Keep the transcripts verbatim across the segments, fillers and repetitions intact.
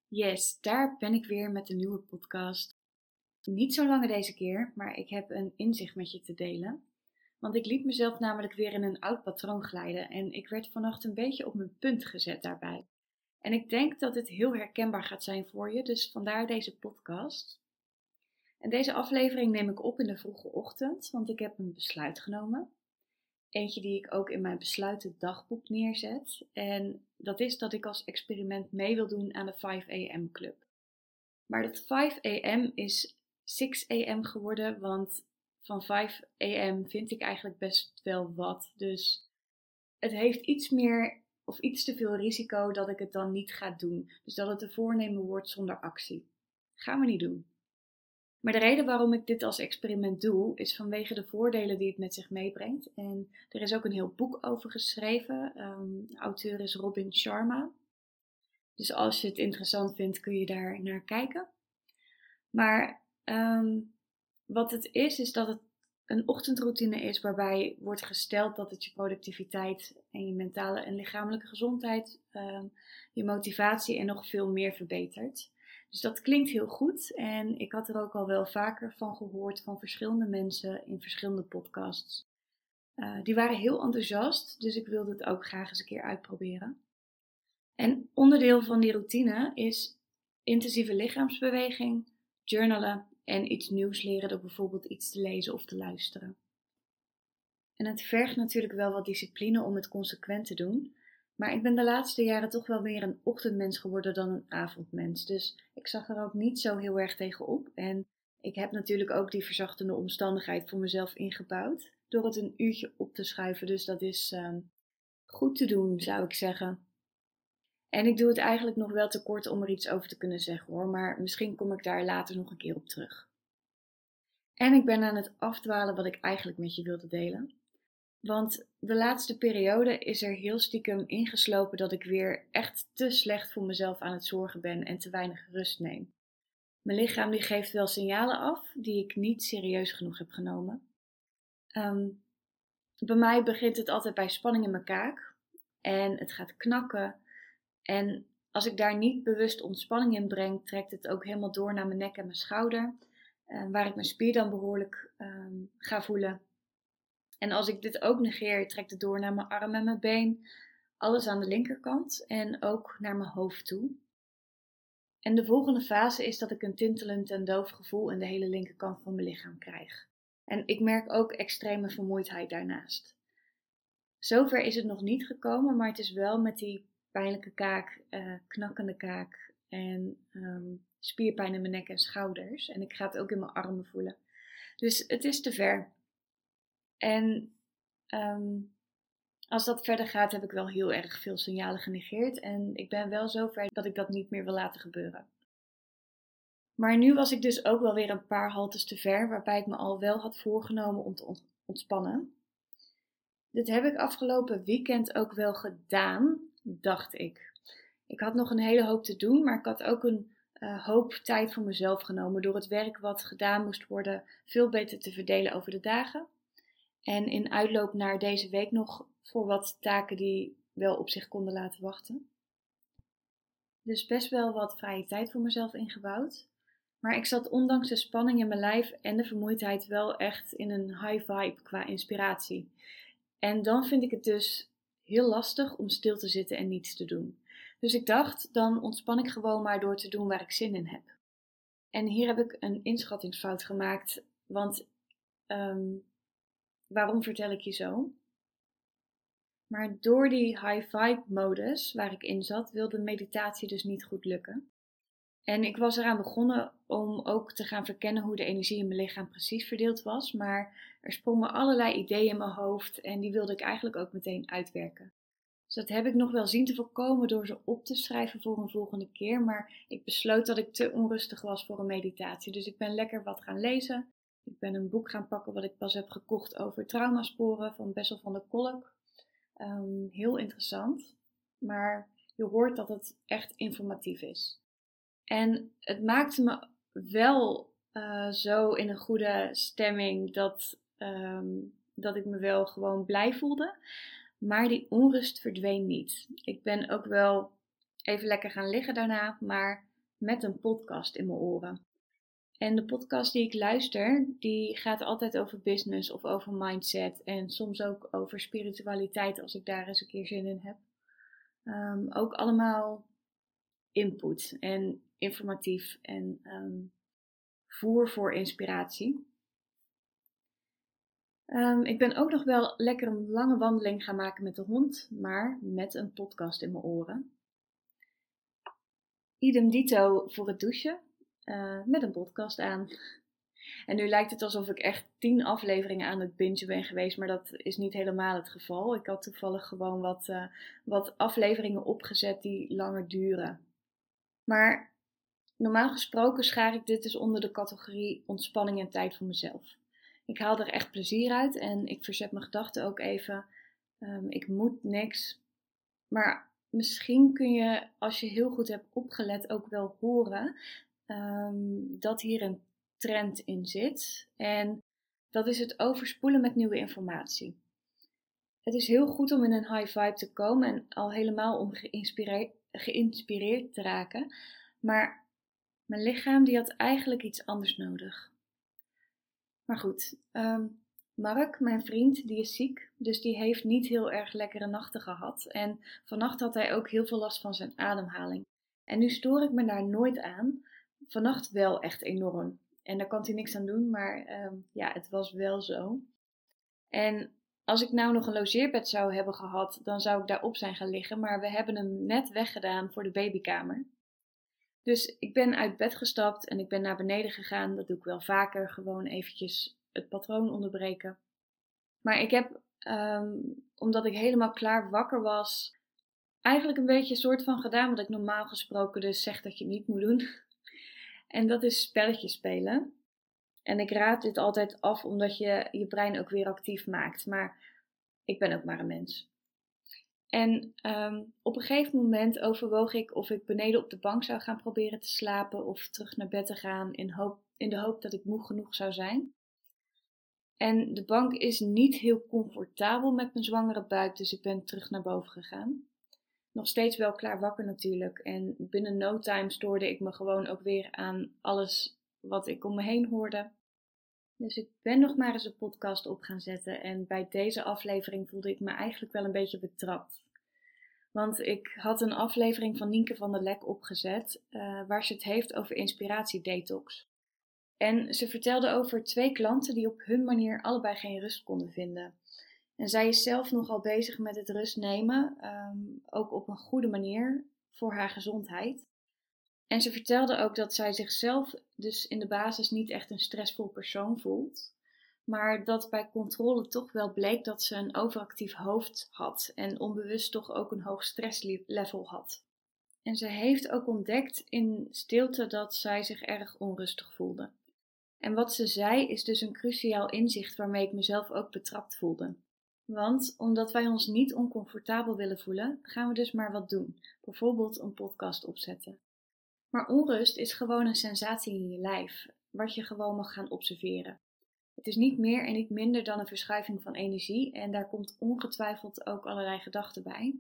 Yes, daar ben ik weer met een nieuwe podcast. Niet zo lange deze keer, maar ik heb een inzicht met je te delen. Want ik liet mezelf namelijk weer in een oud patroon glijden en ik werd vannacht een beetje op mijn punt gezet daarbij. En ik denk dat het heel herkenbaar gaat zijn voor je, dus vandaar deze podcast. En deze aflevering neem ik op in de vroege ochtend, want ik heb een besluit genomen. Eentje die ik ook in mijn besluiten dagboek neerzet. En dat is dat ik als experiment mee wil doen aan de vijf a m club. Maar dat vijf a m is zes a m geworden, want van vijf a m vind ik eigenlijk best wel wat. Dus het heeft iets meer of iets te veel risico dat ik het dan niet ga doen. Dus dat het een voornemen wordt zonder actie. Gaan we niet doen. Maar de reden waarom ik dit als experiment doe, is vanwege de voordelen die het met zich meebrengt. En er is ook een heel boek over geschreven. Um, de auteur is Robin Sharma. Dus als je het interessant vindt, kun je daar naar kijken. Maar um, wat het is, is dat het een ochtendroutine is waarbij wordt gesteld dat het je productiviteit en je mentale en lichamelijke gezondheid, um, je motivatie en nog veel meer verbetert. Dus dat klinkt heel goed en ik had er ook al wel vaker van gehoord van verschillende mensen in verschillende podcasts. Uh, die waren heel enthousiast, dus ik wilde het ook graag eens een keer uitproberen. En onderdeel van die routine is intensieve lichaamsbeweging, journalen en iets nieuws leren door bijvoorbeeld iets te lezen of te luisteren. En het vergt natuurlijk wel wat discipline om het consequent te doen. Maar ik ben de laatste jaren toch wel meer een ochtendmens geworden dan een avondmens. Dus ik zag er ook niet zo heel erg tegen op. En ik heb natuurlijk ook die verzachtende omstandigheid voor mezelf ingebouwd. Door het een uurtje op te schuiven. Dus dat is um, goed te doen, zou ik zeggen. En ik doe het eigenlijk nog wel te kort om er iets over te kunnen zeggen hoor. Maar misschien kom ik daar later nog een keer op terug. En ik ben aan het afdwalen wat ik eigenlijk met je wilde delen. Want de laatste periode is er heel stiekem ingeslopen dat ik weer echt te slecht voor mezelf aan het zorgen ben en te weinig rust neem. Mijn lichaam die geeft wel signalen af die ik niet serieus genoeg heb genomen. Um, bij mij begint het altijd bij spanning in mijn kaak en het gaat knakken. En als ik daar niet bewust ontspanning in breng, trekt het ook helemaal door naar mijn nek en mijn schouder, uh, waar ik mijn spier dan behoorlijk um, ga voelen. En als ik dit ook negeer, trekt het door naar mijn arm en mijn been. Alles aan de linkerkant en ook naar mijn hoofd toe. En de volgende fase is dat ik een tintelend en doof gevoel in de hele linkerkant van mijn lichaam krijg. En ik merk ook extreme vermoeidheid daarnaast. Zover is het nog niet gekomen, maar het is wel met die pijnlijke kaak, uh, knakkende kaak en um, spierpijn in mijn nek en schouders. En ik ga het ook in mijn armen voelen. Dus het is te ver. En um, als dat verder gaat, heb ik wel heel erg veel signalen genegeerd. En ik ben wel zover dat ik dat niet meer wil laten gebeuren. Maar nu was ik dus ook wel weer een paar haltes te ver, waarbij ik me al wel had voorgenomen om te ontspannen. Dit heb ik afgelopen weekend ook wel gedaan, dacht ik. Ik had nog een hele hoop te doen, maar ik had ook een uh, hoop tijd voor mezelf genomen door het werk wat gedaan moest worden veel beter te verdelen over de dagen. En in uitloop naar deze week nog voor wat taken die wel op zich konden laten wachten. Dus best wel wat vrije tijd voor mezelf ingebouwd. Maar ik zat ondanks de spanning in mijn lijf en de vermoeidheid wel echt in een high vibe qua inspiratie. En dan vind ik het dus heel lastig om stil te zitten en niets te doen. Dus ik dacht, dan ontspan ik gewoon maar door te doen waar ik zin in heb. En hier heb ik een inschattingsfout gemaakt, want um, waarom vertel ik je zo? Maar door die high vibe modus waar ik in zat, wilde meditatie dus niet goed lukken. En ik was eraan begonnen om ook te gaan verkennen hoe de energie in mijn lichaam precies verdeeld was. Maar er sprongen allerlei ideeën in mijn hoofd en die wilde ik eigenlijk ook meteen uitwerken. Dus dat heb ik nog wel zien te voorkomen door ze op te schrijven voor een volgende keer. Maar ik besloot dat ik te onrustig was voor een meditatie. Dus ik ben lekker wat gaan lezen. Ik ben een boek gaan pakken wat ik pas heb gekocht over traumasporen van Bessel van der Kolk. Um, heel interessant. Maar je hoort dat het echt informatief is. En het maakte me wel uh, zo in een goede stemming dat, um, dat ik me wel gewoon blij voelde. Maar die onrust verdween niet. Ik ben ook wel even lekker gaan liggen daarna, maar met een podcast in mijn oren. En de podcast die ik luister, die gaat altijd over business of over mindset en soms ook over spiritualiteit als ik daar eens een keer zin in heb. Um, ook allemaal input en informatief en um, voer voor inspiratie. Um, ik ben ook nog wel lekker een lange wandeling gaan maken met de hond, maar met een podcast in mijn oren. Idem dito voor het douchen, uh, met een podcast aan. En nu lijkt het alsof ik echt tien afleveringen aan het bingen ben geweest, maar dat is niet helemaal het geval. Ik had toevallig gewoon wat, uh, wat afleveringen opgezet die langer duren. Maar normaal gesproken schaar ik dit dus onder de categorie ontspanning en tijd voor mezelf. Ik haal er echt plezier uit en ik verzet mijn gedachten ook even. Um, ik moet niks. Maar misschien kun je, als je heel goed hebt opgelet, ook wel horen um, dat hier een trend in zit. En dat is het overspoelen met nieuwe informatie. Het is heel goed om in een high vibe te komen en al helemaal om geïnspireerd, geïnspireerd te raken. Maar mijn lichaam die had eigenlijk iets anders nodig. Maar goed, um, Mark, mijn vriend, die is ziek. Dus die heeft niet heel erg lekkere nachten gehad. En vannacht had hij ook heel veel last van zijn ademhaling. En nu stoor ik me daar nooit aan. Vannacht wel echt enorm. En daar kan hij niks aan doen, maar um, ja, het was wel zo. En als ik nou nog een logeerbed zou hebben gehad, dan zou ik daarop zijn gaan liggen. Maar we hebben hem net weggedaan voor de babykamer. Dus ik ben uit bed gestapt en ik ben naar beneden gegaan. Dat doe ik wel vaker, gewoon eventjes het patroon onderbreken. Maar ik heb, um, omdat ik helemaal klaar wakker was, eigenlijk een beetje een soort van gedaan wat ik normaal gesproken dus zeg dat je niet moet doen. En dat is spelletjes spelen. En ik raad dit altijd af omdat je je brein ook weer actief maakt. Maar ik ben ook maar een mens. En um, op een gegeven moment overwoog ik of ik beneden op de bank zou gaan proberen te slapen of terug naar bed te gaan in, hoop, in de hoop dat ik moe genoeg zou zijn. En de bank is niet heel comfortabel met mijn zwangere buik, dus ik ben terug naar boven gegaan. Nog steeds wel klaar wakker natuurlijk en binnen no time stoorde ik me gewoon ook weer aan alles wat ik om me heen hoorde. Dus ik ben nog maar eens een podcast op gaan zetten en bij deze aflevering voelde ik me eigenlijk wel een beetje betrapt. Want ik had een aflevering van Nienke van der Lek opgezet uh, waar ze het heeft over inspiratiedetox. En ze vertelde over twee klanten die op hun manier allebei geen rust konden vinden. En zij is zelf nogal bezig met het rust nemen, um, ook op een goede manier voor haar gezondheid. En ze vertelde ook dat zij zichzelf dus in de basis niet echt een stressvol persoon voelt. Maar dat bij controle toch wel bleek dat ze een overactief hoofd had en onbewust toch ook een hoog stresslevel had. En ze heeft ook ontdekt in stilte dat zij zich erg onrustig voelde. En wat ze zei is dus een cruciaal inzicht waarmee ik mezelf ook betrapt voelde. Want omdat wij ons niet oncomfortabel willen voelen, gaan we dus maar wat doen. Bijvoorbeeld een podcast opzetten. Maar onrust is gewoon een sensatie in je lijf, wat je gewoon mag gaan observeren. Het is niet meer en niet minder dan een verschuiving van energie en daar komt ongetwijfeld ook allerlei gedachten bij.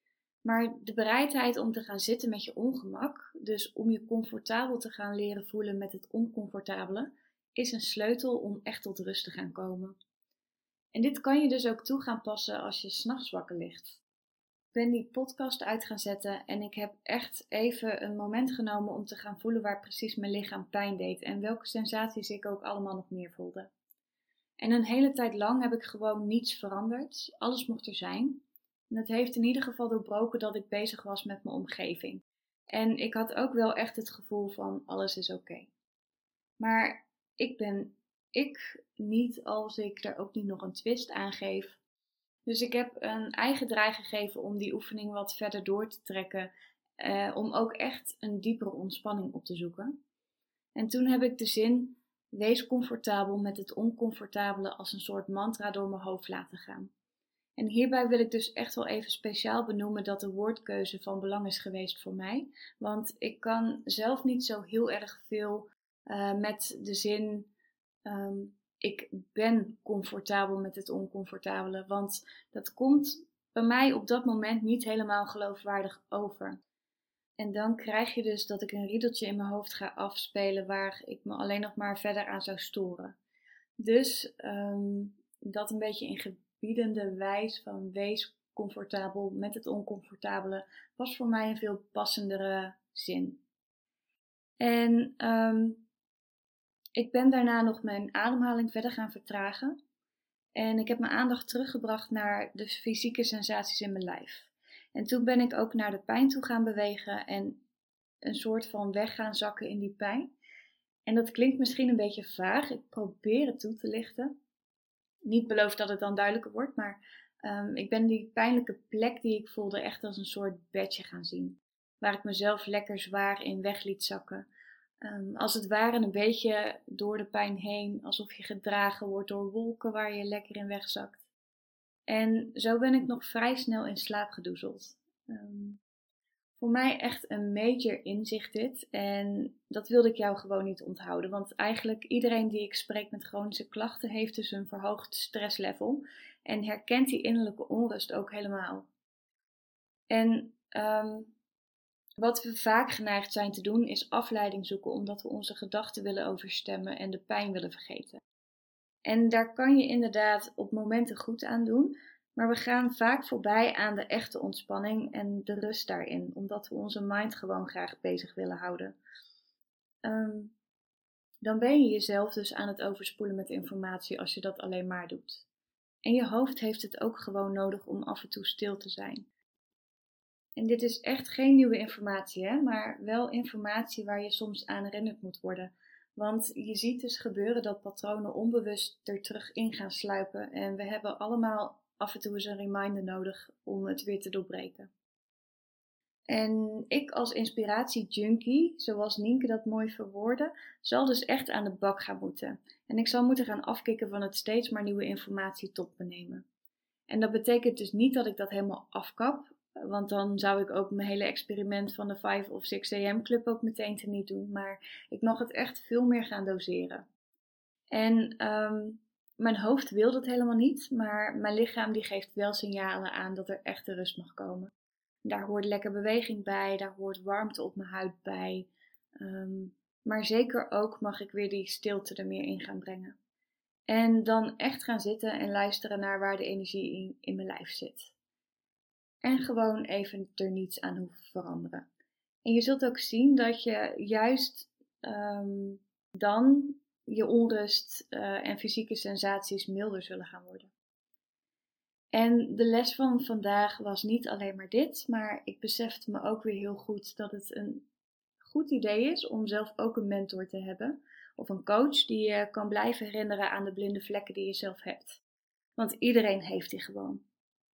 Maar de bereidheid om te gaan zitten met je ongemak, dus om je comfortabel te gaan leren voelen met het oncomfortabele, is een sleutel om echt tot rust te gaan komen. En dit kan je dus ook toe gaan passen als je 's nachts wakker ligt. Ik ben die podcast uit gaan zetten en ik heb echt even een moment genomen om te gaan voelen waar precies mijn lichaam pijn deed en welke sensaties ik ook allemaal nog meer voelde. En een hele tijd lang heb ik gewoon niets veranderd. Alles mocht er zijn. En het heeft in ieder geval doorbroken dat ik bezig was met mijn omgeving. En ik had ook wel echt het gevoel van alles is oké. Okay. Maar ik ben ik niet als ik er ook niet nog een twist aan geef. Dus ik heb een eigen draai gegeven om die oefening wat verder door te trekken. Uh, om ook echt een diepere ontspanning op te zoeken. En toen heb ik de zin, wees comfortabel met het oncomfortabele als een soort mantra door mijn hoofd laten gaan. En hierbij wil ik dus echt wel even speciaal benoemen dat de woordkeuze van belang is geweest voor mij. Want ik kan zelf niet zo heel erg veel uh, met de zin, um, ik ben comfortabel met het oncomfortabele. Want dat komt bij mij op dat moment niet helemaal geloofwaardig over. En dan krijg je dus dat ik een riedeltje in mijn hoofd ga afspelen waar ik me alleen nog maar verder aan zou storen. Dus um, dat een beetje in gebiedende wijs van wees comfortabel met het oncomfortabele was voor mij een veel passendere zin. En um, ik ben daarna nog mijn ademhaling verder gaan vertragen. En ik heb mijn aandacht teruggebracht naar de fysieke sensaties in mijn lijf. En toen ben ik ook naar de pijn toe gaan bewegen en een soort van weg gaan zakken in die pijn. En dat klinkt misschien een beetje vaag. Ik probeer het toe te lichten. Niet beloofd dat het dan duidelijker wordt, maar um, ik ben die pijnlijke plek die ik voelde echt als een soort bedje gaan zien. Waar ik mezelf lekker zwaar in weg liet zakken. Um, als het ware een beetje door de pijn heen, alsof je gedragen wordt door wolken waar je lekker in wegzakt. En zo ben ik nog vrij snel in slaap gedoezeld. Um, voor mij echt een major inzicht dit. En dat wilde ik jou gewoon niet onthouden. Want eigenlijk iedereen die ik spreek met chronische klachten heeft dus een verhoogd stresslevel. En herkent die innerlijke onrust ook helemaal. En um, wat we vaak geneigd zijn te doen is afleiding zoeken omdat we onze gedachten willen overstemmen en de pijn willen vergeten. En daar kan je inderdaad op momenten goed aan doen, maar we gaan vaak voorbij aan de echte ontspanning en de rust daarin, omdat we onze mind gewoon graag bezig willen houden. Um, dan ben je jezelf dus aan het overspoelen met informatie als je dat alleen maar doet. En je hoofd heeft het ook gewoon nodig om af en toe stil te zijn. En dit is echt geen nieuwe informatie, hè? Maar wel informatie waar je soms aan herinnerd moet worden. Want je ziet dus gebeuren dat patronen onbewust er terug in gaan sluipen. En we hebben allemaal af en toe eens een reminder nodig om het weer te doorbreken. En ik als inspiratiejunkie, zoals Nienke dat mooi verwoordde, zal dus echt aan de bak gaan moeten. En ik zal moeten gaan afkicken van het steeds maar nieuwe informatie tot me nemen. En dat betekent dus niet dat ik dat helemaal afkap. Want dan zou ik ook mijn hele experiment van de vijf of zes a m club ook meteen teniet doen. Maar ik mag het echt veel meer gaan doseren. En um, mijn hoofd wil dat helemaal niet. Maar mijn lichaam die geeft wel signalen aan dat er echte rust mag komen. Daar hoort lekker beweging bij. Daar hoort warmte op mijn huid bij. Um, maar zeker ook mag ik weer die stilte er meer in gaan brengen. En dan echt gaan zitten en luisteren naar waar de energie in, in mijn lijf zit. En gewoon even er niets aan hoeven veranderen. En je zult ook zien dat je juist um, dan je onrust uh, en fysieke sensaties milder zullen gaan worden. En de les van vandaag was niet alleen maar dit, maar ik besefte me ook weer heel goed dat het een goed idee is om zelf ook een mentor te hebben. Of een coach die je kan blijven herinneren aan de blinde vlekken die je zelf hebt. Want iedereen heeft die gewoon.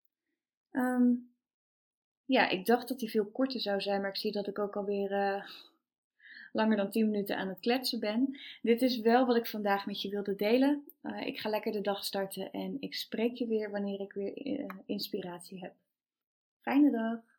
Um, ja, ik dacht dat die veel korter zou zijn, maar ik zie dat ik ook alweer uh, langer dan tien minuten aan het kletsen ben. Dit is wel wat ik vandaag met je wilde delen. Uh, ik ga lekker de dag starten en ik spreek je weer wanneer ik weer uh, inspiratie heb. Fijne dag!